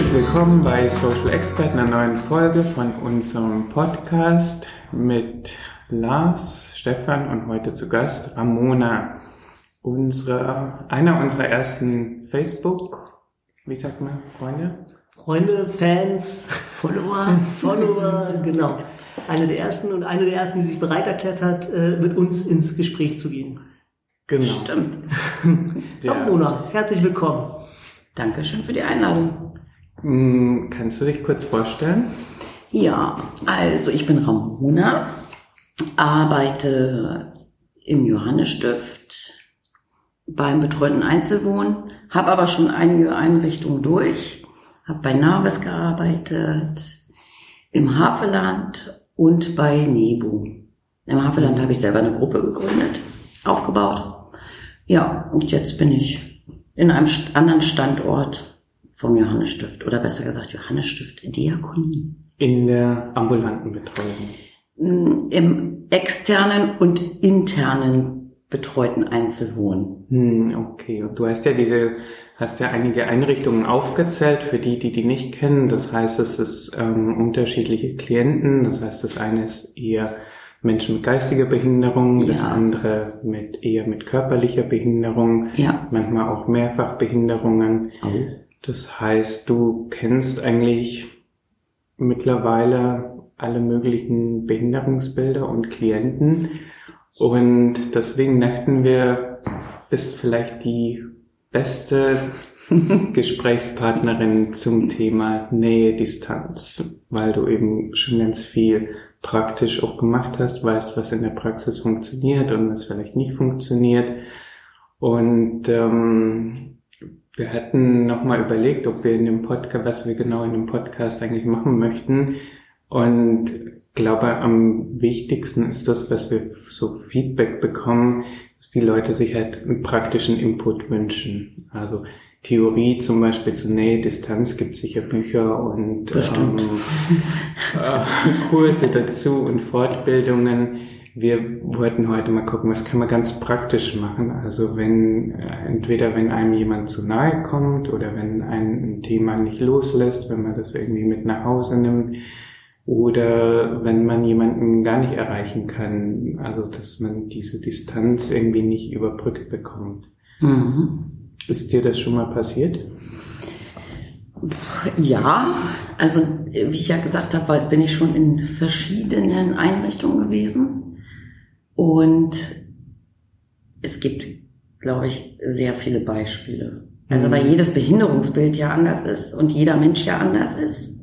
Herzlich willkommen bei Social Expert, einer neuen Folge von unserem Podcast mit Lars, Stefan und heute zu Gast Ramona. Einer unserer ersten Freunde? Freunde, Fans, Follower, genau. Eine der ersten, die sich bereit erklärt hat, mit uns ins Gespräch zu gehen. Genau. Stimmt. Ramona, herzlich willkommen. Dankeschön für die Einladung. Kannst du dich kurz vorstellen? Ja, also ich bin Ramona, arbeite im Johannesstift beim betreuten Einzelwohnen, habe aber schon einige Einrichtungen durch, habe bei Navis gearbeitet, im Havelland und bei Nebu. Im Havelland habe ich selber eine Gruppe gegründet, aufgebaut. Ja, und jetzt bin ich in einem anderen Standort vom Johannesstift, oder besser gesagt Johannesstift Diakonie. In der ambulanten Betreuung? Im externen und internen betreuten Einzelwohnen. Okay, und du hast ja einige Einrichtungen aufgezählt, für die nicht kennen. Das heißt, es ist unterschiedliche Klienten. Das heißt, das eine ist eher Menschen mit geistiger Behinderung, das andere eher mit körperlicher Behinderung, manchmal auch Mehrfachbehinderungen. Das heißt, du kennst eigentlich mittlerweile alle möglichen Behinderungsbilder und Klienten und deswegen dachten wir, ist vielleicht die beste Gesprächspartnerin zum Thema Nähe, Distanz, weil du eben schon ganz viel praktisch auch gemacht hast, weißt, was in der Praxis funktioniert und was vielleicht nicht funktioniert. Und wir hatten nochmal überlegt, ob wir in dem Podcast, was wir genau in dem Podcast eigentlich machen möchten. Und glaube, am wichtigsten ist das, was wir so Feedback bekommen, dass die Leute sich halt einen praktischen Input wünschen. Also Theorie zum Beispiel zu Nähe, Distanz, gibt sicher Bücher und Kurse dazu und Fortbildungen. Wir wollten heute mal gucken, was kann man ganz praktisch machen. Also entweder wenn einem jemand zu nahe kommt oder wenn ein Thema nicht loslässt, wenn man das irgendwie mit nach Hause nimmt oder wenn man jemanden gar nicht erreichen kann, also dass man diese Distanz irgendwie nicht überbrückt bekommt. Ist dir das schon mal passiert? Ja, also wie ich ja gesagt habe, bin ich schon in verschiedenen Einrichtungen gewesen und es gibt, glaube ich, sehr viele Beispiele. Also weil jedes Behinderungsbild ja anders ist und jeder Mensch ja anders ist.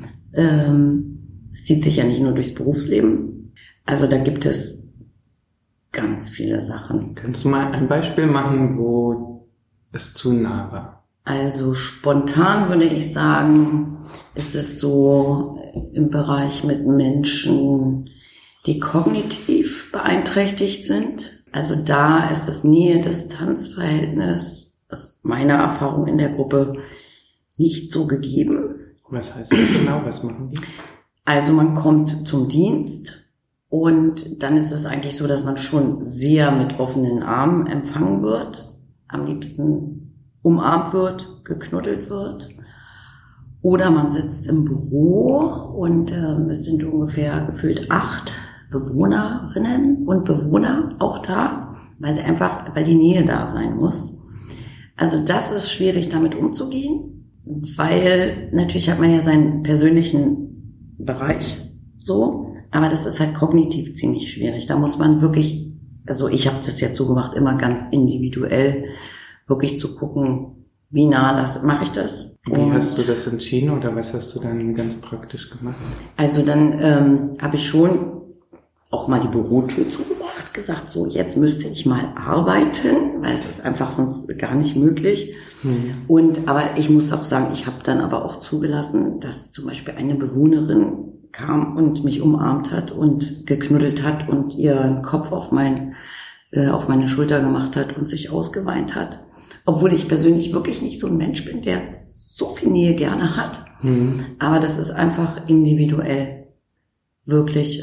Es zieht sich ja nicht nur durchs Berufsleben. Also da gibt es ganz viele Sachen. Kannst du mal ein Beispiel machen, wo es zu nah war? Also spontan würde ich sagen, es ist so im Bereich mit Menschen, die kognitiv beeinträchtigt sind. Also da ist das Nähe-Distanz-Verhältnis, aus meiner Erfahrung in der Gruppe, nicht so gegeben. Was heißt das genau? Was machen die? Also man kommt zum Dienst und dann ist es eigentlich so, dass man schon sehr mit offenen Armen empfangen wird. Am liebsten umarmt wird, geknuddelt wird. Oder man sitzt im Büro und es sind ungefähr gefühlt 8 Bewohnerinnen und Bewohner auch da, weil die Nähe da sein muss. Also das ist schwierig, damit umzugehen, weil natürlich hat man ja seinen persönlichen Bereich so, aber das ist halt kognitiv ziemlich schwierig. Da muss man wirklich, also ich habe das jetzt so gemacht, immer ganz individuell wirklich zu gucken, wie nah mache ich das. Wie hast du das entschieden oder was hast du dann ganz praktisch gemacht? Also dann habe ich schon auch mal die Bürotür zugemacht, gesagt, so jetzt müsste ich mal arbeiten, weil es ist einfach sonst gar nicht möglich. Aber ich muss auch sagen, ich habe dann aber auch zugelassen, dass zum Beispiel eine Bewohnerin kam und mich umarmt hat und geknuddelt hat und ihren Kopf auf meine Schulter gemacht hat und sich ausgeweint hat. Obwohl ich persönlich wirklich nicht so ein Mensch bin, der so viel Nähe gerne hat. Aber das ist einfach individuell. Wirklich,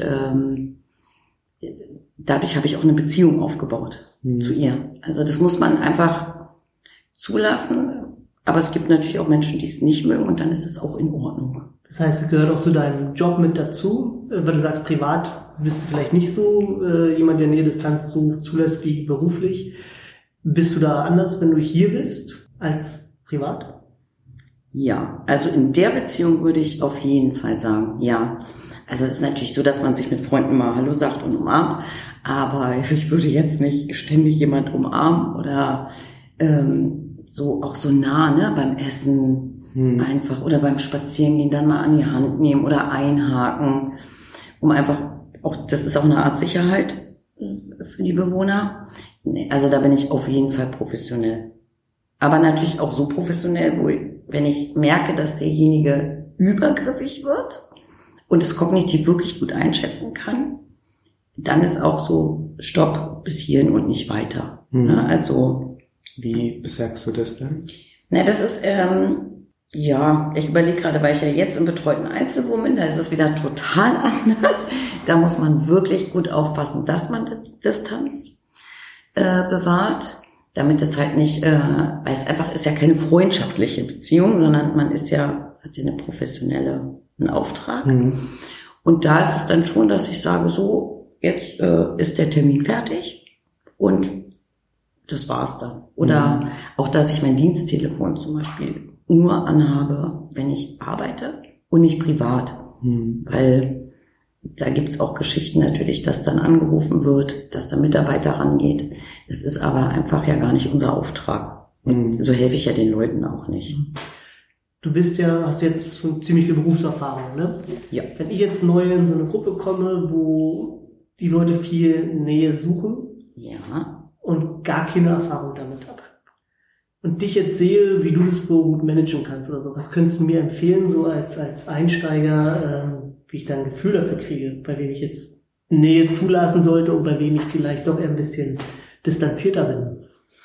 dadurch habe ich auch eine Beziehung aufgebaut zu ihr. Also das muss man einfach zulassen. Aber es gibt natürlich auch Menschen, die es nicht mögen und dann ist es auch in Ordnung. Das heißt, es gehört auch zu deinem Job mit dazu, weil du sagst, privat bist du vielleicht nicht so jemand, der Nähe-Distanz so zulässt wie beruflich. Bist du da anders, wenn du hier bist, als privat? Ja, also in der Beziehung würde ich auf jeden Fall sagen, ja. Also es ist natürlich so, dass man sich mit Freunden mal Hallo sagt und umarmt, aber ich würde jetzt nicht ständig jemand umarmen oder so auch so nah, ne, beim Essen einfach oder beim Spazierengehen dann mal an die Hand nehmen oder einhaken, um einfach auch, das ist auch eine Art Sicherheit für die Bewohner. Also da bin ich auf jeden Fall professionell. Aber natürlich auch so professionell, wenn ich merke, dass derjenige übergriffig wird und es kognitiv wirklich gut einschätzen kann, dann ist auch so Stopp bis hierhin und nicht weiter. Ne? Also wie sagst du das dann? Na, das ist, ja, ich überlege gerade, weil ich ja jetzt im betreuten Einzelwohnen bin, da ist es wieder total anders. Da muss man wirklich gut aufpassen, dass man Distanz bewahrt, damit es halt nicht, weil es einfach ist ja keine freundschaftliche Beziehung, sondern man ist ja, hat ja einen Auftrag. Und da ist es dann schon, dass ich sage, so, jetzt ist der Termin fertig und das war's dann. Oder auch, dass ich mein Diensttelefon zum Beispiel nur anhabe, wenn ich arbeite und nicht privat. Weil da gibt's auch Geschichten natürlich, dass dann angerufen wird, dass der Mitarbeiter rangeht. Es ist aber einfach ja gar nicht unser Auftrag. Und so helfe ich ja den Leuten auch nicht. Du hast jetzt schon ziemlich viel Berufserfahrung, ne? Ja. Wenn ich jetzt neu in so eine Gruppe komme, wo die Leute viel Nähe suchen, ja, und gar keine Erfahrung damit habe. Und dich jetzt sehe, wie du das so gut managen kannst oder so. Was könntest du mir empfehlen, so als Einsteiger, wie ich da ein Gefühl dafür kriege, bei wem ich jetzt Nähe zulassen sollte und bei wem ich vielleicht doch eher ein bisschen distanzierter bin?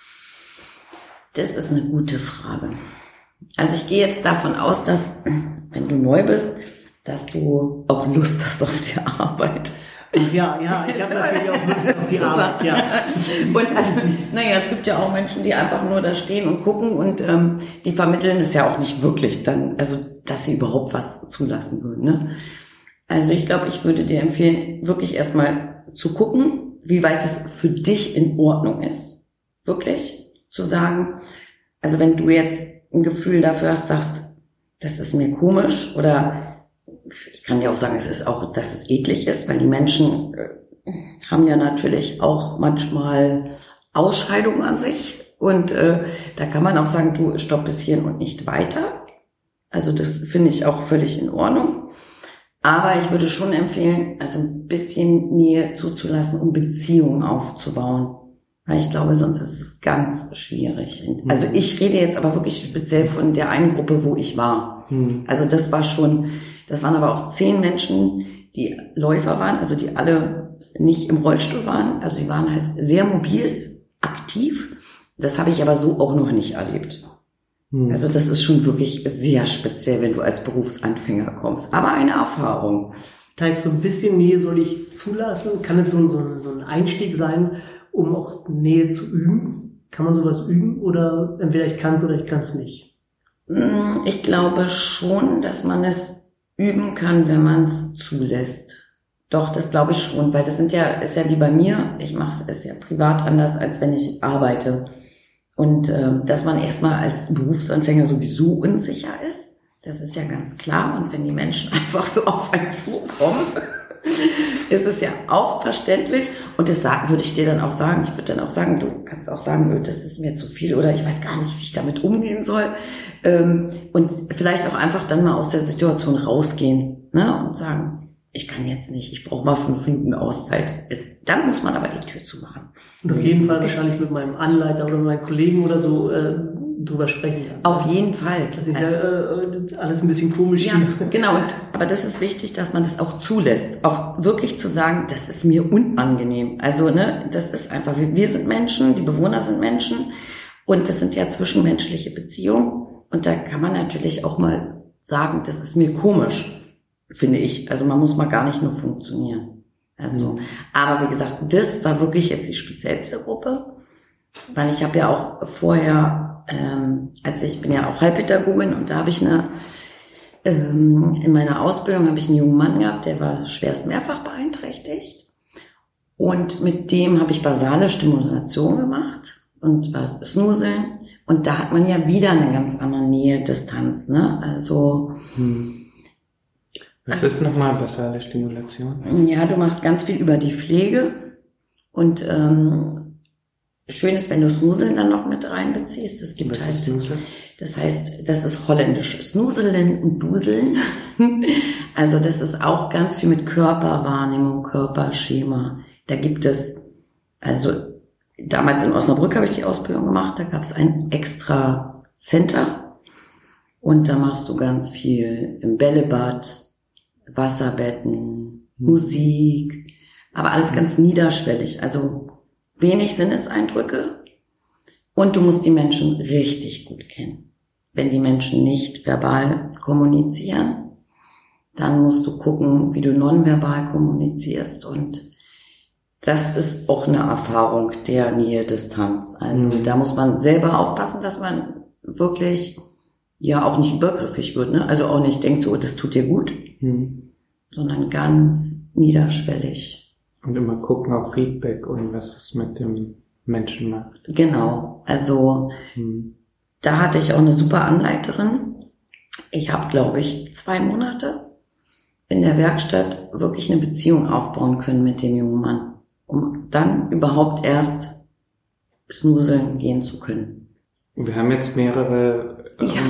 Das ist eine gute Frage. Also ich gehe jetzt davon aus, dass, wenn du neu bist, dass du auch Lust hast auf die Arbeit. Ja, ich habe natürlich auch Lust auf die Arbeit, ja. Und also, es gibt ja auch Menschen, die einfach nur da stehen und gucken und die vermitteln es ja auch nicht wirklich dann, also dass sie überhaupt was zulassen würden. Ne? Also ich glaube, ich würde dir empfehlen, wirklich erstmal zu gucken, wie weit es für dich in Ordnung ist. Wirklich zu sagen, also wenn du jetzt ein Gefühl dafür hast, sagst, das ist mir komisch oder ich kann dir auch sagen, es ist auch, dass es eklig ist, weil die Menschen haben ja natürlich auch manchmal Ausscheidungen an sich und da kann man auch sagen, du stopp bis hierhin und nicht weiter. Also das finde ich auch völlig in Ordnung. Aber ich würde schon empfehlen, also ein bisschen Nähe zuzulassen, um Beziehungen aufzubauen. Weil ich glaube, sonst ist es ganz schwierig. Also ich rede jetzt aber wirklich speziell von der einen Gruppe, wo ich war. Also das waren aber auch 10 Menschen, die Läufer waren, also die alle nicht im Rollstuhl waren. Also die waren halt sehr mobil, aktiv. Das habe ich aber so auch noch nicht erlebt. Also das ist schon wirklich sehr speziell, wenn du als Berufsanfänger kommst. Aber eine Erfahrung. Das heißt, so ein bisschen Nähe soll ich zulassen? Kann es so ein Einstieg sein, um auch Nähe zu üben? Kann man sowas üben? Oder entweder ich kann es oder ich kann es nicht? Ich glaube schon, dass man es üben kann, wenn man es zulässt. Doch, das glaube ich schon, weil ist ja wie bei mir. Ich mache es ja privat anders, als wenn ich arbeite. Und dass man erstmal als Berufsanfänger sowieso unsicher ist, das ist ja ganz klar. Und wenn die Menschen einfach so auf einen zukommen, ist es ja auch verständlich. Und das würde ich dir dann auch sagen. Ich würde dann auch sagen, du kannst auch sagen, das ist mir zu viel oder ich weiß gar nicht, wie ich damit umgehen soll. Und vielleicht auch einfach dann mal aus der Situation rausgehen, ne? Und sagen, ich kann jetzt nicht, ich brauche mal 5 Minuten Auszeit. Dann muss man aber die Tür zumachen. Und auf jeden Fall wahrscheinlich mit meinem Anleiter oder mit meinen Kollegen oder so drüber sprechen. Auf jeden Fall. Das ist ja alles ein bisschen komisch. Ja, genau. Aber das ist wichtig, dass man das auch zulässt. Auch wirklich zu sagen, das ist mir unangenehm. Also, das ist einfach, wir sind Menschen, die Bewohner sind Menschen und das sind ja zwischenmenschliche Beziehungen. Und da kann man natürlich auch mal sagen, das ist mir komisch, finde ich. Also man muss mal gar nicht nur funktionieren. Also, aber wie gesagt, das war wirklich jetzt die speziellste Gruppe. weil ich habe ja auch vorher, ich bin ja auch Heilpädagogin und da habe ich in meiner Ausbildung habe ich einen jungen Mann gehabt, der war schwerst mehrfach beeinträchtigt und mit dem habe ich basale Stimulation gemacht und Snoozeln und da hat man ja wieder eine ganz andere Nähe-Distanz, ne? Also was ist nochmal basale Stimulation? Ja, du machst ganz viel über die Pflege und schön ist, wenn du Snoozeln dann noch mit reinbeziehst. Es gibt halt, das heißt, das ist holländisch. Snoozelen und Duseln. Also das ist auch ganz viel mit Körperwahrnehmung, Körperschema. Da gibt es, also damals in Osnabrück habe ich die Ausbildung gemacht, da gab es ein extra Center und da machst du ganz viel im Bällebad, Wasserbetten, Musik, aber alles ganz niederschwellig, also wenig Sinneseindrücke und du musst die Menschen richtig gut kennen. Wenn die Menschen nicht verbal kommunizieren, dann musst du gucken, wie du nonverbal kommunizierst und das ist auch eine Erfahrung der Nähe-Distanz. Also da muss man selber aufpassen, dass man wirklich ja auch nicht übergriffig wird, ne? Also auch nicht denkt so, das tut dir gut, sondern ganz niederschwellig. Und immer gucken auf Feedback und was es mit dem Menschen macht. Genau, also da hatte ich auch eine super Anleiterin. Ich habe, glaube ich, 2 Monate in der Werkstatt wirklich eine Beziehung aufbauen können mit dem jungen Mann, um dann überhaupt erst snoozeln gehen zu können. Wir haben jetzt mehrere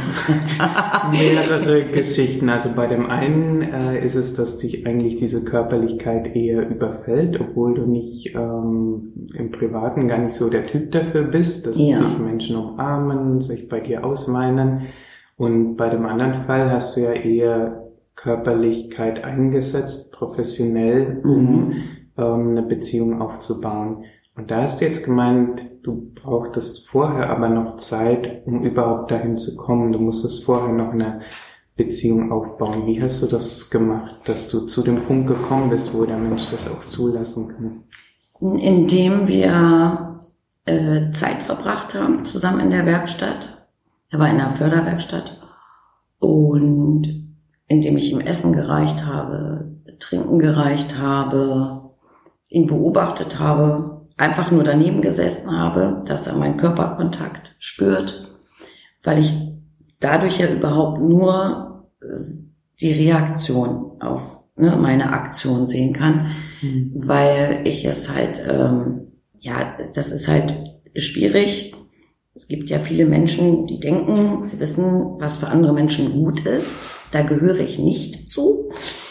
Geschichten. Also bei dem einen ist es, dass dich eigentlich diese Körperlichkeit eher überfällt, obwohl du nicht im Privaten gar nicht so der Typ dafür bist, dass dich Menschen umarmen, sich bei dir ausweinen. Und bei dem anderen Fall hast du ja eher Körperlichkeit eingesetzt, professionell, um eine Beziehung aufzubauen. Und da hast du jetzt gemeint, du brauchtest vorher aber noch Zeit, um überhaupt dahin zu kommen. Du musstest vorher noch eine Beziehung aufbauen. Wie hast du das gemacht, dass du zu dem Punkt gekommen bist, wo der Mensch das auch zulassen kann? Indem wir Zeit verbracht haben, zusammen in der Werkstatt. Er war in einer Förderwerkstatt. Und indem ich ihm Essen gereicht habe, Trinken gereicht habe, ihn beobachtet habe, einfach nur daneben gesessen habe, dass er meinen Körperkontakt spürt, weil ich dadurch ja überhaupt nur die Reaktion auf meine Aktion sehen kann, weil ich es halt, das ist halt schwierig. Es gibt ja viele Menschen, die denken, sie wissen, was für andere Menschen gut ist. Da gehöre ich nicht zu.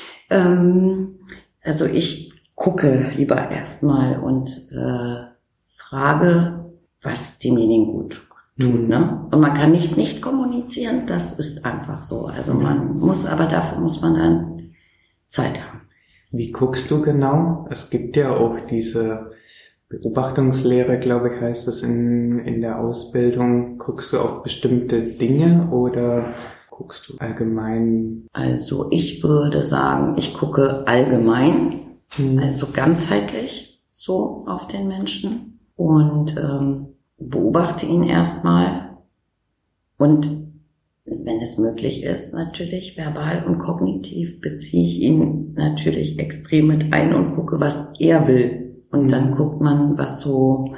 Also ich gucke lieber erstmal und frage, was demjenigen gut tut, ne? Und man kann nicht kommunizieren, das ist einfach so. Also dafür muss man dann Zeit haben. Wie guckst du genau? Es gibt ja auch diese Beobachtungslehre, glaube ich, heißt das in der Ausbildung. Guckst du auf bestimmte Dinge oder guckst du allgemein? Also ich würde sagen, ich gucke allgemein. Also ganzheitlich so auf den Menschen und beobachte ihn erstmal und wenn es möglich ist, natürlich verbal und kognitiv beziehe ich ihn natürlich extrem mit ein und gucke, was er will und dann guckt man, was so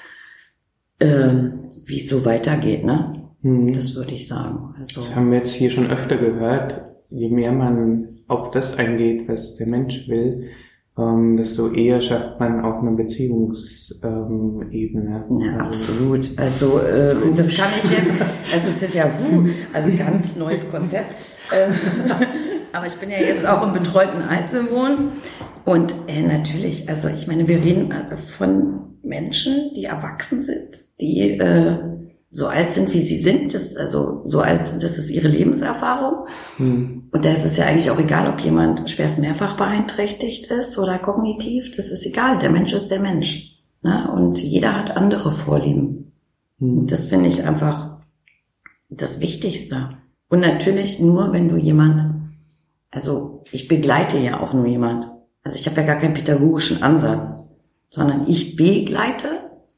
wie es so weitergeht, ne? Das würde ich sagen. Also, das haben wir jetzt hier schon öfter gehört. Je mehr man auf das eingeht, was der Mensch will, desto eher schafft man auch eine Beziehungsebene. Ja, absolut. Also das kann ich jetzt, also es sind ja also ganz neues Konzept. Aber ich bin ja jetzt auch im betreuten Einzelwohnen und natürlich, also ich meine, wir reden von Menschen, die erwachsen sind, die so alt sind, wie sie sind, das ist ihre Lebenserfahrung. Und da ist es ja eigentlich auch egal, ob jemand schwerst mehrfach beeinträchtigt ist oder kognitiv, das ist egal, der Mensch ist der Mensch. Ne? Und jeder hat andere Vorlieben. Und das finde ich einfach das Wichtigste. Und natürlich nur, wenn du also ich begleite ja auch nur jemand. Also ich habe ja gar keinen pädagogischen Ansatz, sondern ich begleite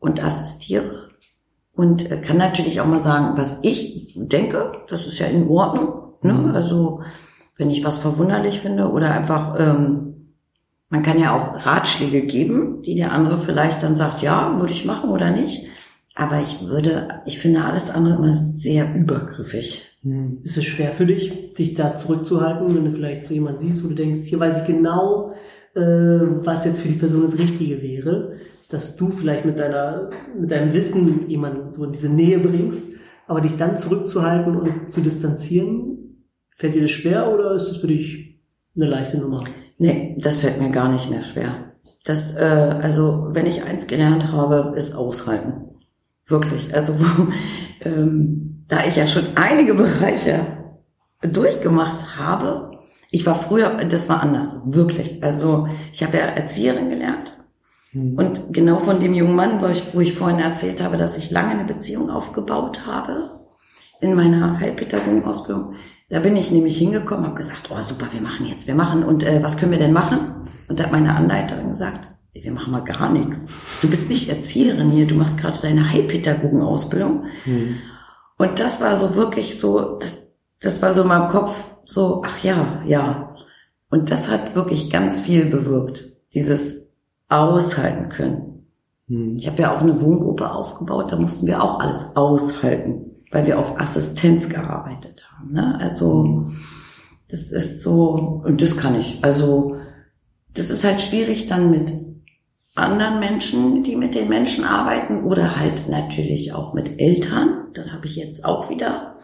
und assistiere und kann natürlich auch mal sagen, was ich denke, das ist ja in Ordnung, ne? Also wenn ich was verwunderlich finde oder einfach, man kann ja auch Ratschläge geben, die der andere vielleicht dann sagt, ja, würde ich machen oder nicht. Aber ich finde alles andere immer sehr übergriffig. Ist es schwer für dich, dich da zurückzuhalten, wenn du vielleicht so jemanden siehst, wo du denkst, hier weiß ich genau, was jetzt für die Person das Richtige wäre, dass du vielleicht mit deinem Wissen jemanden so in diese Nähe bringst, aber dich dann zurückzuhalten und zu distanzieren, fällt dir das schwer oder ist das für dich eine leichte Nummer? Nee, das fällt mir gar nicht mehr schwer. Also wenn ich eins gelernt habe, ist aushalten. Wirklich. Also da ich ja schon einige Bereiche durchgemacht habe, ich war früher, das war anders, wirklich. Also ich habe ja Erzieherin gelernt und genau von dem jungen Mann, wo ich vorhin erzählt habe, dass ich lange eine Beziehung aufgebaut habe in meiner Heilpädagogenausbildung, da bin ich nämlich hingekommen, habe gesagt, oh super, wir machen und was können wir denn machen? Und da hat meine Anleiterin gesagt, wir machen mal gar nichts. Du bist nicht Erzieherin hier, du machst gerade deine Heilpädagogenausbildung. Und das war so wirklich so, das war so in meinem Kopf so, ach ja. Und das hat wirklich ganz viel bewirkt, dieses Aushalten können. Ich habe ja auch eine Wohngruppe aufgebaut, da mussten wir auch alles aushalten, weil wir auf Assistenz gearbeitet haben. Ne? Also das ist so, und das kann ich. Also das ist halt schwierig dann mit anderen Menschen, die mit den Menschen arbeiten oder halt natürlich auch mit Eltern. Das habe ich jetzt auch wieder.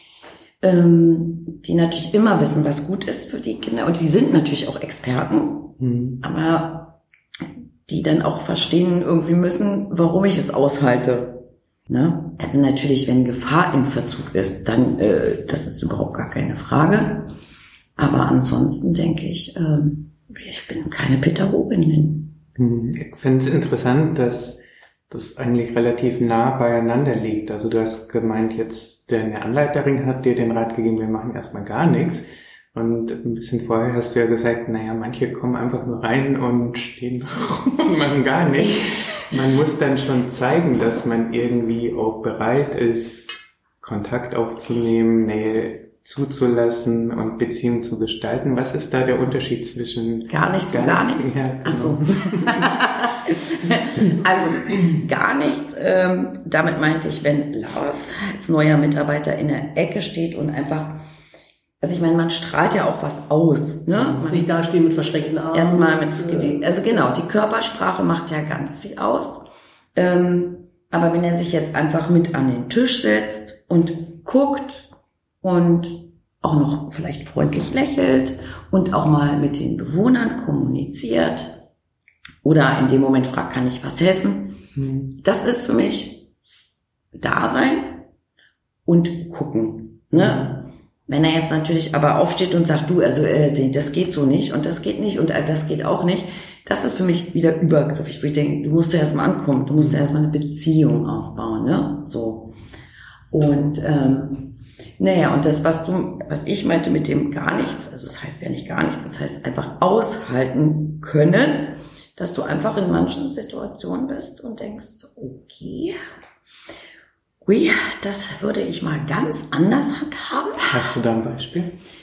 Die natürlich immer wissen, was gut ist für die Kinder. Und die sind natürlich auch Experten, aber die dann auch verstehen irgendwie müssen, warum ich es aushalte. Ne? Also natürlich, wenn Gefahr in Verzug ist, dann das ist überhaupt gar keine Frage. Aber ansonsten denke ich, ich bin keine Pädagogin. Ich finde es interessant, dass das eigentlich relativ nah beieinander liegt. Also du hast gemeint, jetzt deine Anleiterin hat dir den Rat gegeben, wir machen erstmal gar nichts. Und ein bisschen vorher hast du ja gesagt, naja, manche kommen einfach nur rein und stehen rum und machen gar nichts. Man muss dann schon zeigen, dass man irgendwie auch bereit ist, Kontakt aufzunehmen, Nähe zuzulassen und Beziehung zu gestalten. Was ist da der Unterschied zwischen gar nichts und gar nichts? Ja, genau. Ach so. Also gar nichts. Damit meinte ich, wenn Lars als neuer Mitarbeiter in der Ecke steht und einfach, also ich meine, man strahlt ja auch was aus. Ne? Man nicht dastehen mit verschränkten Armen. Erstmal also genau, die Körpersprache macht ja ganz viel aus. Aber wenn er sich jetzt einfach mit an den Tisch setzt und guckt, und auch noch vielleicht freundlich lächelt und auch mal mit den Bewohnern kommuniziert oder in dem Moment fragt, kann ich was helfen? Das ist für mich Dasein und gucken. Ne? Wenn er jetzt natürlich aber aufsteht und sagt, du, also das geht so nicht und das geht nicht und das geht auch nicht, das ist für mich wieder übergriffig. Wo ich denke, du musst ja erstmal ankommen, du musst ja erstmal eine Beziehung aufbauen. Ne? So. Und naja, und das, was ich meinte mit dem gar nichts, also das heißt ja nicht gar nichts, das heißt einfach aushalten können, dass du einfach in manchen Situationen bist und denkst, okay, ui, das würde ich mal ganz anders handhaben. Hast du da ein Beispiel?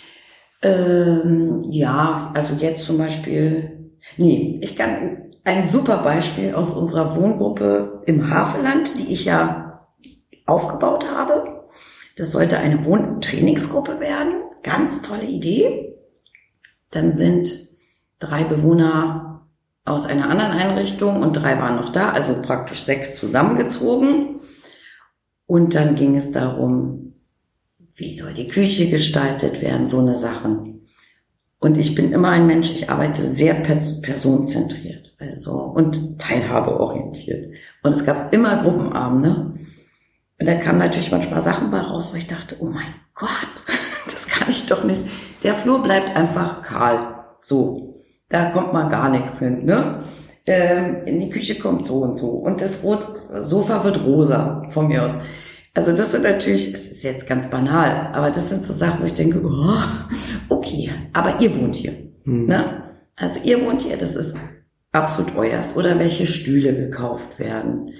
Ja, also jetzt zum Beispiel, ich kann ein super Beispiel aus unserer Wohngruppe im Havelland, die ich ja aufgebaut habe. Das sollte eine Wohntrainingsgruppe werden. Ganz tolle Idee. Dann sind 3 Bewohner aus einer anderen Einrichtung und 3 waren noch da, also praktisch 6 zusammengezogen. Und dann ging es darum, wie soll die Küche gestaltet werden, so eine Sachen. Und ich bin immer ein Mensch, ich arbeite sehr personenzentriert, also und teilhabeorientiert. Und es gab immer Gruppenabende. Und da kamen natürlich manchmal Sachen bei raus, wo ich dachte, oh mein Gott, das kann ich doch nicht. Der Flur bleibt einfach kahl. So, da kommt mal gar nichts hin. Ne? In die Küche kommt so und so. Und das Sofa wird rosa, von mir aus. Also das sind natürlich, es ist jetzt ganz banal, aber das sind so Sachen, wo ich denke, oh, okay, aber ihr wohnt hier. Ne? Also ihr wohnt hier, das ist absolut euers. Oder welche Stühle gekauft werden.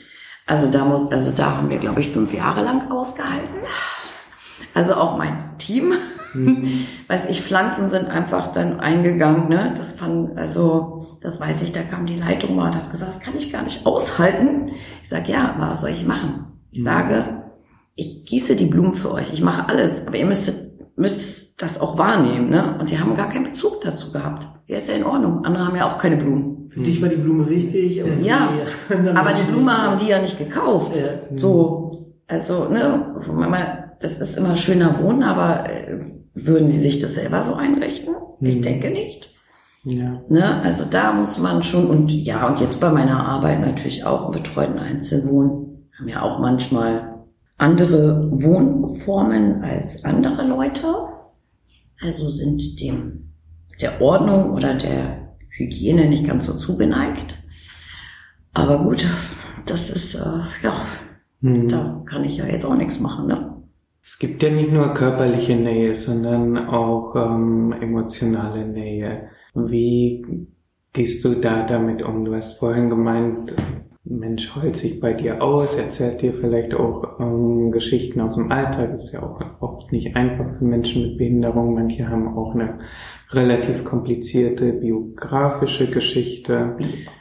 Also da haben wir, glaube ich, 5 Jahre lang ausgehalten. Also auch mein Team. Weiß ich, Pflanzen sind einfach dann eingegangen, ne? Das weiß ich, da kam die Leitung mal und hat gesagt, das kann ich gar nicht aushalten. Ich sage, ja, was soll ich machen? Ich sage, ich gieße die Blumen für euch, ich mache alles, aber ihr müsstet das auch wahrnehmen, ne? Und die haben gar keinen Bezug dazu gehabt. Ja, ist ja in Ordnung. Andere haben ja auch keine Blumen. Für dich war die Blume wichtig, aber aber die Blume haben die ja nicht gekauft. Ja. So, also, ne, das ist immer schöner Wohnen, aber würden sie sich das selber so einrichten? Ich denke nicht. Ja. Ne, also da muss man schon, und jetzt bei meiner Arbeit natürlich auch im betreuten Einzelwohnen, haben ja auch manchmal andere Wohnformen als andere Leute. Also sind der Ordnung oder der Hygiene nicht ganz so zugeneigt. Aber gut, das ist, da kann ich ja jetzt auch nichts machen, ne? Es gibt ja nicht nur körperliche Nähe, sondern auch emotionale Nähe. Wie gehst du da damit um? Du hast vorhin gemeint, Mensch heult sich bei dir aus, erzählt dir vielleicht auch Geschichten aus dem Alltag. Das ist ja auch oft nicht einfach für Menschen mit Behinderung. Manche haben auch eine relativ komplizierte biografische Geschichte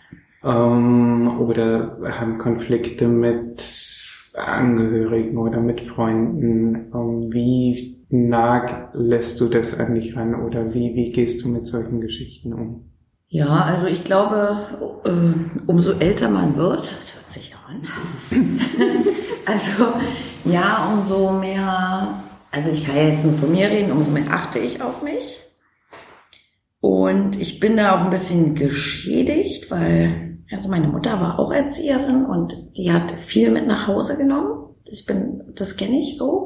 oder haben Konflikte mit Angehörigen oder mit Freunden. Wie nah lässt du das an dich ran oder wie gehst du mit solchen Geschichten um? Ja, also ich glaube, umso älter man wird, das hört sich ja an, also ja, umso mehr, also ich kann ja jetzt nur von mir reden, umso mehr achte ich auf mich. Und ich bin da auch ein bisschen geschädigt, weil also meine Mutter war auch Erzieherin und die hat viel mit nach Hause genommen. Das kenne ich so.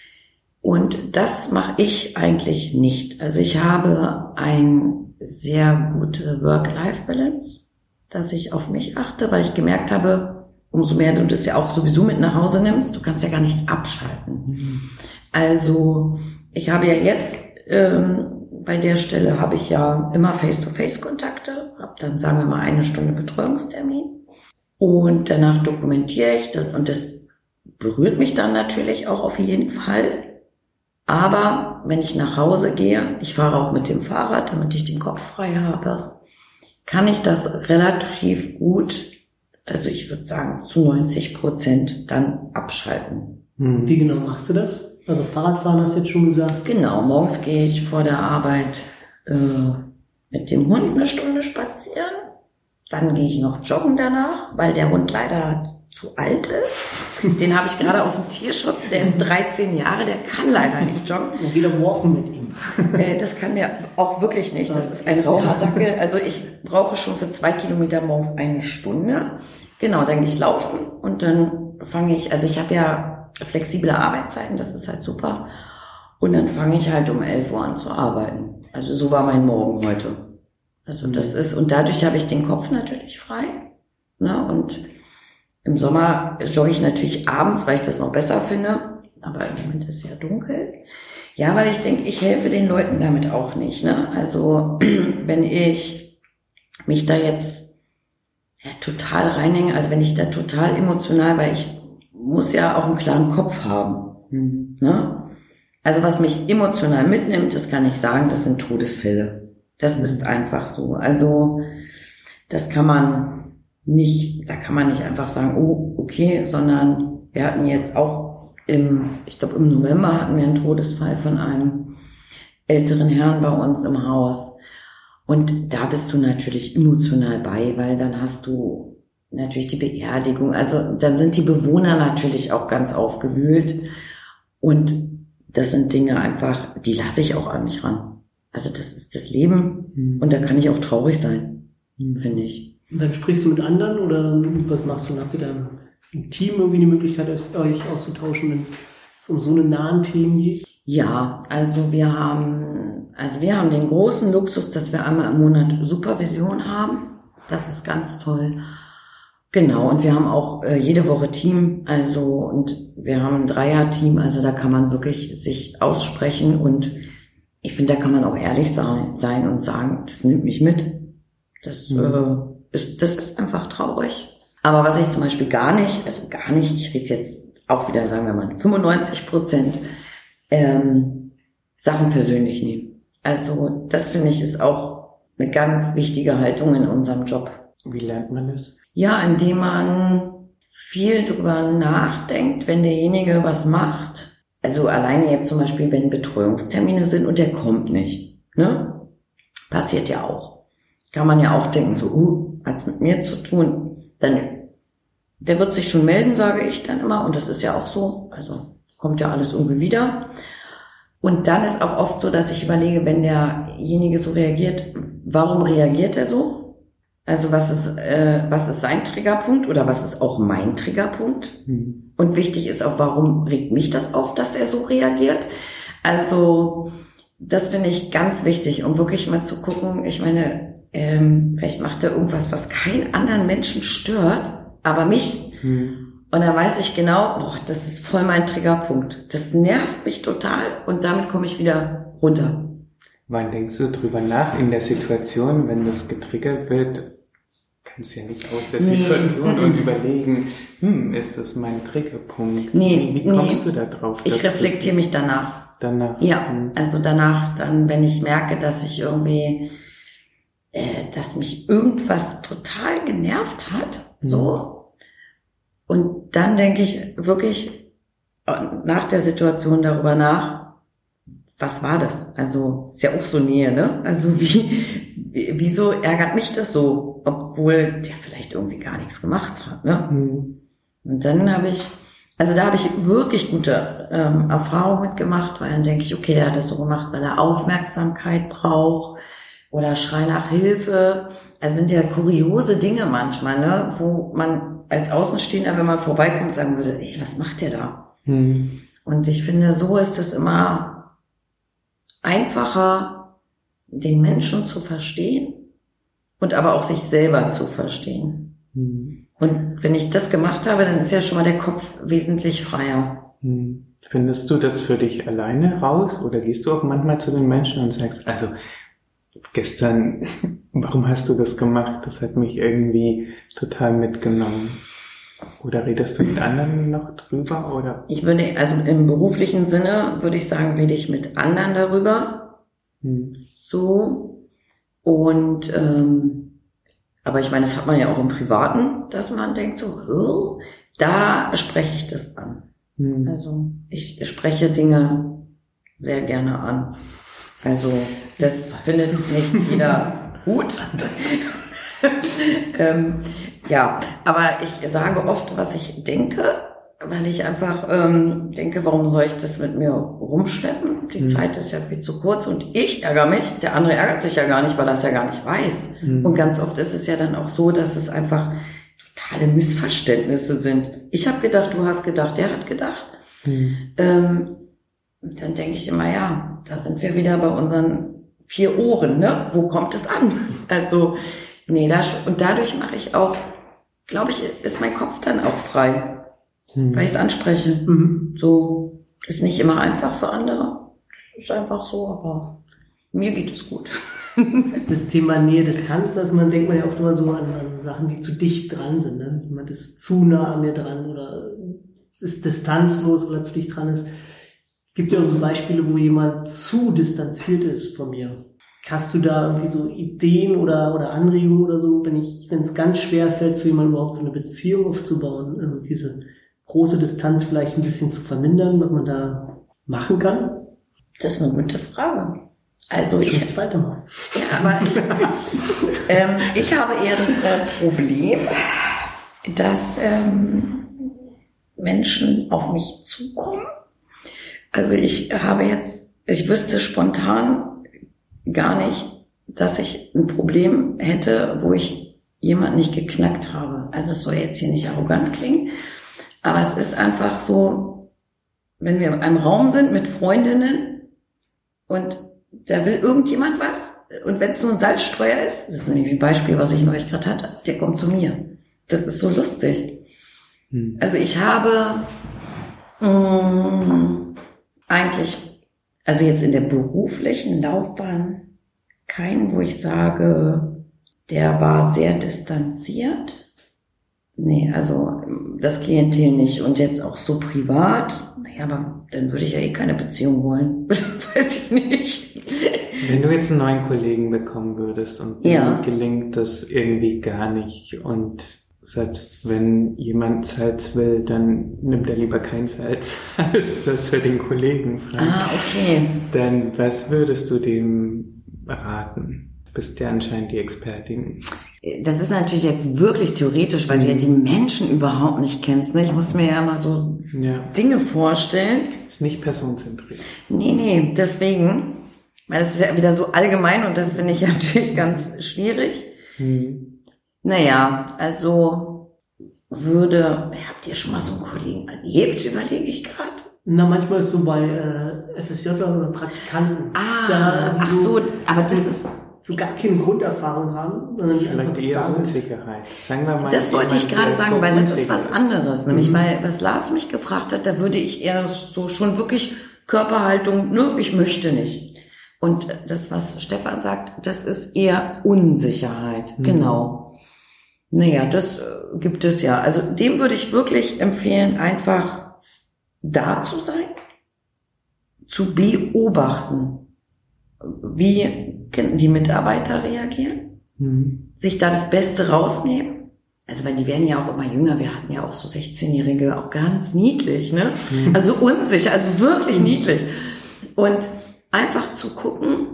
Und das mache ich eigentlich nicht. Also ich habe ein sehr gute Work-Life-Balance, dass ich auf mich achte, weil ich gemerkt habe, umso mehr du das ja auch sowieso mit nach Hause nimmst, du kannst ja gar nicht abschalten. Also ich habe ja jetzt, bei der Stelle habe ich ja immer Face-to-Face-Kontakte, habe dann, sagen wir mal, 1 Stunde Betreuungstermin und danach dokumentiere ich das und das berührt mich dann natürlich auch auf jeden Fall. Aber wenn ich nach Hause gehe, ich fahre auch mit dem Fahrrad, damit ich den Kopf frei habe, kann ich das relativ gut, also ich würde sagen zu 90% dann abschalten. Wie genau machst du das? Also Fahrradfahren hast du jetzt schon gesagt. Genau, morgens gehe ich vor der Arbeit mit dem Hund 1 Stunde spazieren. Dann gehe ich noch joggen danach, weil der Hund leider zu alt ist. Den habe ich gerade aus dem Tierschutz, der ist 13 Jahre, der kann leider nicht joggen. Und wieder walken mit ihm. Das kann der auch wirklich nicht. Das ist ein rauer Dackel. Also ich brauche schon für 2 Kilometer morgens 1 Stunde. Genau, dann gehe ich laufen und dann fange ich, also ich habe ja flexible Arbeitszeiten, das ist halt super. Und dann fange ich halt um 11 Uhr an zu arbeiten. Also so war mein Morgen heute. Also das ist, und dadurch habe ich den Kopf natürlich frei. Ne? Und im Sommer jogge ich natürlich abends, weil ich das noch besser finde. Aber im Moment ist es ja dunkel. Ja, weil ich denke, ich helfe den Leuten damit auch nicht. Ne? Also wenn ich mich da jetzt total reinhänge, also wenn ich da total emotional, weil ich muss ja auch einen klaren Kopf haben. Ne? Also was mich emotional mitnimmt, das kann ich sagen, das sind Todesfälle. Das ist einfach so. Also das kann man nicht, da kann man nicht einfach sagen, oh, okay, sondern wir hatten jetzt auch ich glaube im November hatten wir einen Todesfall von einem älteren Herrn bei uns im Haus. Und da bist du natürlich emotional bei, weil dann hast du natürlich die Beerdigung. Also dann sind die Bewohner natürlich auch ganz aufgewühlt. Und das sind Dinge einfach, die lasse ich auch an mich ran. Also das ist das Leben und da kann ich auch traurig sein, finde ich. Und dann sprichst du mit anderen oder was machst du? Und habt ihr dann im Team irgendwie die Möglichkeit, euch auszutauschen, wenn es um so eine nahen Themen geht? Ja, also wir haben den großen Luxus, dass wir einmal im Monat Supervision haben. Das ist ganz toll. Genau, und wir haben auch jede Woche Team, also und wir haben ein Dreier-Team, also da kann man wirklich sich aussprechen und ich finde, da kann man auch ehrlich sein und sagen, das nimmt mich mit. Das ist einfach traurig. Aber was ich zum Beispiel gar nicht, ich rede jetzt auch wieder, sagen wir mal, 95%, Sachen persönlich nehmen. Also das finde ich ist auch eine ganz wichtige Haltung in unserem Job. Wie lernt man das? Ja, indem man viel drüber nachdenkt, wenn derjenige was macht. Also alleine jetzt zum Beispiel, wenn Betreuungstermine sind und der kommt nicht, ne? Passiert ja auch. Kann man ja auch denken, so, hat's mit mir zu tun. Dann, der wird sich schon melden, sage ich dann immer. Und das ist ja auch so. Also kommt ja alles irgendwie wieder. Und dann ist auch oft so, dass ich überlege, wenn derjenige so reagiert, warum reagiert er so? Also was ist sein Triggerpunkt oder was ist auch mein Triggerpunkt? Und wichtig ist auch, warum regt mich das auf, dass er so reagiert? Also das finde ich ganz wichtig, um wirklich mal zu gucken, ich meine, vielleicht macht er irgendwas, was keinen anderen Menschen stört, aber mich. Und dann weiß ich genau, das ist voll mein Triggerpunkt. Das nervt mich total und damit komme ich wieder runter. Wann denkst du drüber nach in der Situation, wenn das getriggert wird? Kannst ja nicht aus der Situation und überlegen, ist das mein Triggerpunkt? Wie kommst du da drauf? Ich reflektiere mich danach. Ja, also danach, dann, wenn ich merke, dass ich irgendwie, dass mich irgendwas total genervt hat, so. Und dann denke ich wirklich nach der Situation darüber nach, was war das? Also, ist ja auch so Nähe, ne? Also, wieso ärgert mich das so? Obwohl der vielleicht irgendwie gar nichts gemacht hat, ne? Und dann da habe ich wirklich gute Erfahrungen mitgemacht, weil dann denke ich, okay, der hat das so gemacht, weil er Aufmerksamkeit braucht oder Schrei nach Hilfe. Also sind ja kuriose Dinge manchmal, ne? Wo man als Außenstehender, wenn man vorbeikommt, sagen würde, ey, was macht der da? Und ich finde, so ist es immer einfacher, den Menschen zu verstehen und aber auch sich selber zu verstehen. Und wenn ich das gemacht habe, dann ist ja schon mal der Kopf wesentlich freier. Findest du das für dich alleine raus oder gehst du auch manchmal zu den Menschen und sagst, also gestern, warum hast du das gemacht? Das hat mich irgendwie total mitgenommen. Oder redest du mit anderen noch drüber? Oder? Ich würde, also im beruflichen Sinne würde ich sagen, rede ich mit anderen darüber. So. Und aber ich meine, das hat man ja auch im Privaten, dass man denkt so, da spreche ich das an. Also ich spreche Dinge sehr gerne an. Also das findet nicht jeder gut. Ja, aber ich sage oft, was ich denke, weil ich einfach denke, warum soll ich das mit mir rumschleppen? Die Zeit ist ja viel zu kurz und ich ärgere mich. Der andere ärgert sich ja gar nicht, weil er es ja gar nicht weiß. Und ganz oft ist es ja dann auch so, dass es einfach totale Missverständnisse sind. Ich habe gedacht, du hast gedacht, der hat gedacht. Dann denke ich immer, ja, da sind wir wieder bei unseren 4 Ohren, ne? Wo kommt es an? Also, und dadurch mache ich auch, glaube ich, ist mein Kopf dann auch frei, weil ich es anspreche. So, ist nicht immer einfach für andere. Das ist einfach so, aber mir geht es gut. Das Thema Nähe-Distanz, man denkt ja oft immer so an Sachen, die zu dicht dran sind, ne? Jemand ist zu nah an mir dran oder ist distanzlos oder zu dicht dran ist. Es gibt ja auch so Beispiele, wo jemand zu distanziert ist von mir. Hast du da irgendwie so Ideen oder Anregungen oder so, wenn es ganz schwer fällt, zu jemandem überhaupt so eine Beziehung aufzubauen, diese große Distanz vielleicht ein bisschen zu vermindern, was man da machen kann? Das ist eine gute Frage. Also ich weitermachen. Ja, aber ich habe eher das Problem, dass Menschen auf mich zukommen. Also ich wüsste spontan gar nicht, dass ich ein Problem hätte, wo ich jemanden nicht geknackt habe. Also es soll jetzt hier nicht arrogant klingen, aber es ist einfach so, wenn wir in einem Raum sind mit Freundinnen und da will irgendjemand was und wenn es nur ein Salzstreuer ist, das ist nämlich ein Beispiel, was ich neulich gerade hatte, der kommt zu mir. Das ist so lustig. Also ich habe eigentlich, also jetzt in der beruflichen Laufbahn keinen, wo ich sage, der war sehr distanziert. Nee, also das Klientel nicht. Und jetzt auch so privat, naja, aber dann würde ich ja eh keine Beziehung wollen. Weiß ich nicht. Wenn du jetzt einen neuen Kollegen bekommen würdest und dir gelingt das irgendwie gar nicht und selbst wenn jemand Salz will, dann nimmt er lieber kein Salz, als dass er den Kollegen fragt. Ah, okay. Dann was würdest du dem raten? Du bist ja anscheinend die Expertin. Das ist natürlich jetzt wirklich theoretisch, weil du ja die Menschen überhaupt nicht kennst. Ne? Ich muss mir ja immer so Dinge vorstellen. Ist nicht personenzentriert. Nee, deswegen. Weil das ist ja wieder so allgemein und das finde ich natürlich ganz schwierig. Naja, also habt ihr schon mal so einen Kollegen erlebt, überlege ich gerade. Na, manchmal ist so bei FSJlern oder Praktikanten. Aber das ist... so gar keine Grunderfahrung haben. Das ist vielleicht eher Unsicherheit. Sagen wir mal, das wollte ich gerade sagen, weil das ist was anderes. Nämlich, weil was Lars mich gefragt hat, da würde ich eher so schon wirklich Körperhaltung, ne, ich möchte nicht. Und das, was Stefan sagt, das ist eher Unsicherheit. Genau. Naja, das gibt es ja. Also dem würde ich wirklich empfehlen, einfach da zu sein, zu beobachten, wie die Mitarbeiter reagieren, sich da das Beste rausnehmen. Also, weil die werden ja auch immer jünger. Wir hatten ja auch so 16-Jährige, auch ganz niedlich, ne? Also unsicher, also wirklich niedlich. Und einfach zu gucken,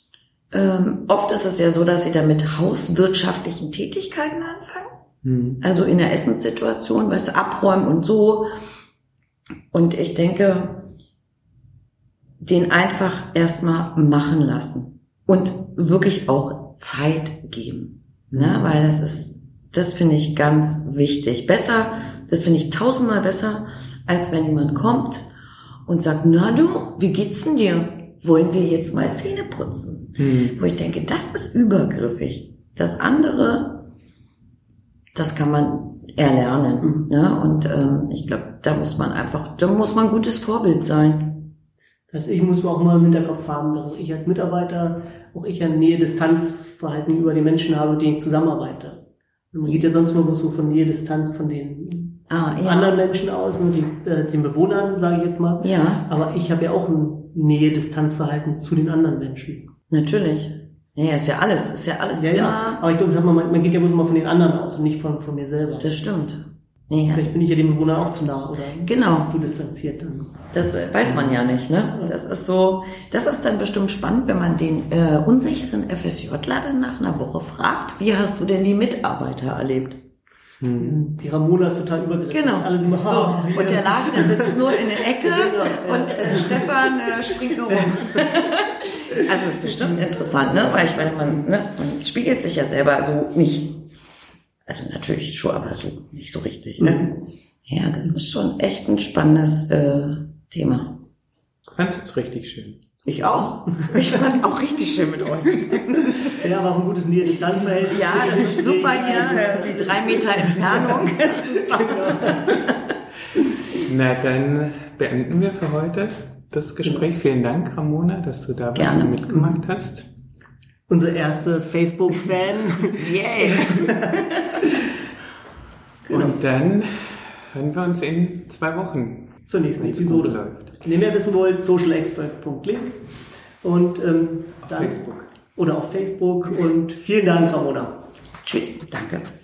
oft ist es ja so, dass sie dann mit hauswirtschaftlichen Tätigkeiten anfangen. Also in der Essenssituation, weißt du, abräumen und so. Und ich denke, den einfach erstmal machen lassen. Und wirklich auch Zeit geben. Ne? Weil das finde ich ganz wichtig. Besser, das finde ich 1000-mal besser, als wenn jemand kommt und sagt, na du, wie geht's denn dir? Wollen wir jetzt mal Zähne putzen? Wo ich denke, das ist übergriffig. Das andere, das kann man erlernen. Ne? Und ich glaube, da muss man ein gutes Vorbild sein. Ich muss auch mal im Hinterkopf haben, dass auch ich als Mitarbeiter, auch ich ein Nähe-Distanz-Verhalten über die Menschen habe, mit denen ich zusammenarbeite. Und man geht ja sonst mal so von Nähe-Distanz von den anderen Menschen aus, mit den Bewohnern, sage ich jetzt mal. Ja. Aber ich habe ja auch ein Nähe-Distanz-Verhalten zu den anderen Menschen. Natürlich. Ja, ist ja alles ja, immer. Ja. Aber ich glaube, man geht ja bloß mal von den anderen aus und nicht von mir selber. Das stimmt. Ja. Vielleicht bin ich ja dem Bewohner auch zu nah oder zu distanziert. Dann. Das weiß man ja nicht, ne? Das ist dann bestimmt spannend, wenn man den unsicheren FSJler dann nach einer Woche fragt, wie hast du denn die Mitarbeiter erlebt? Die Ramona ist total übergriffig. Genau. Alle, und der Lars, der sitzt nur in der Ecke und Stefan springt nur rum. Also ist bestimmt interessant, ne? Weil man spiegelt sich ja selber so nicht. Also natürlich schon, aber so nicht so richtig. Ne? Ja, das ist schon echt ein spannendes Thema. Ich fand's jetzt richtig schön. Ich auch. Ich fand's auch richtig schön mit euch. Ja, aber auch ein gutes Nähe-Distanz-Verhältnis. Ja, das ist super hier. Die 3 Meter Entfernung. Super. Na, dann beenden wir für heute das Gespräch. Vielen Dank, Ramona, dass du da was mitgemacht hast. Unsere erste Facebook-Fan. Yay! Und dann hören wir uns in 2 Wochen. Zur nächsten Episode. Wenn ihr mehr wissen wollt, socialexpert.link und auf Facebook. Oder auf Facebook. Und vielen Dank, Ramona. Tschüss, danke.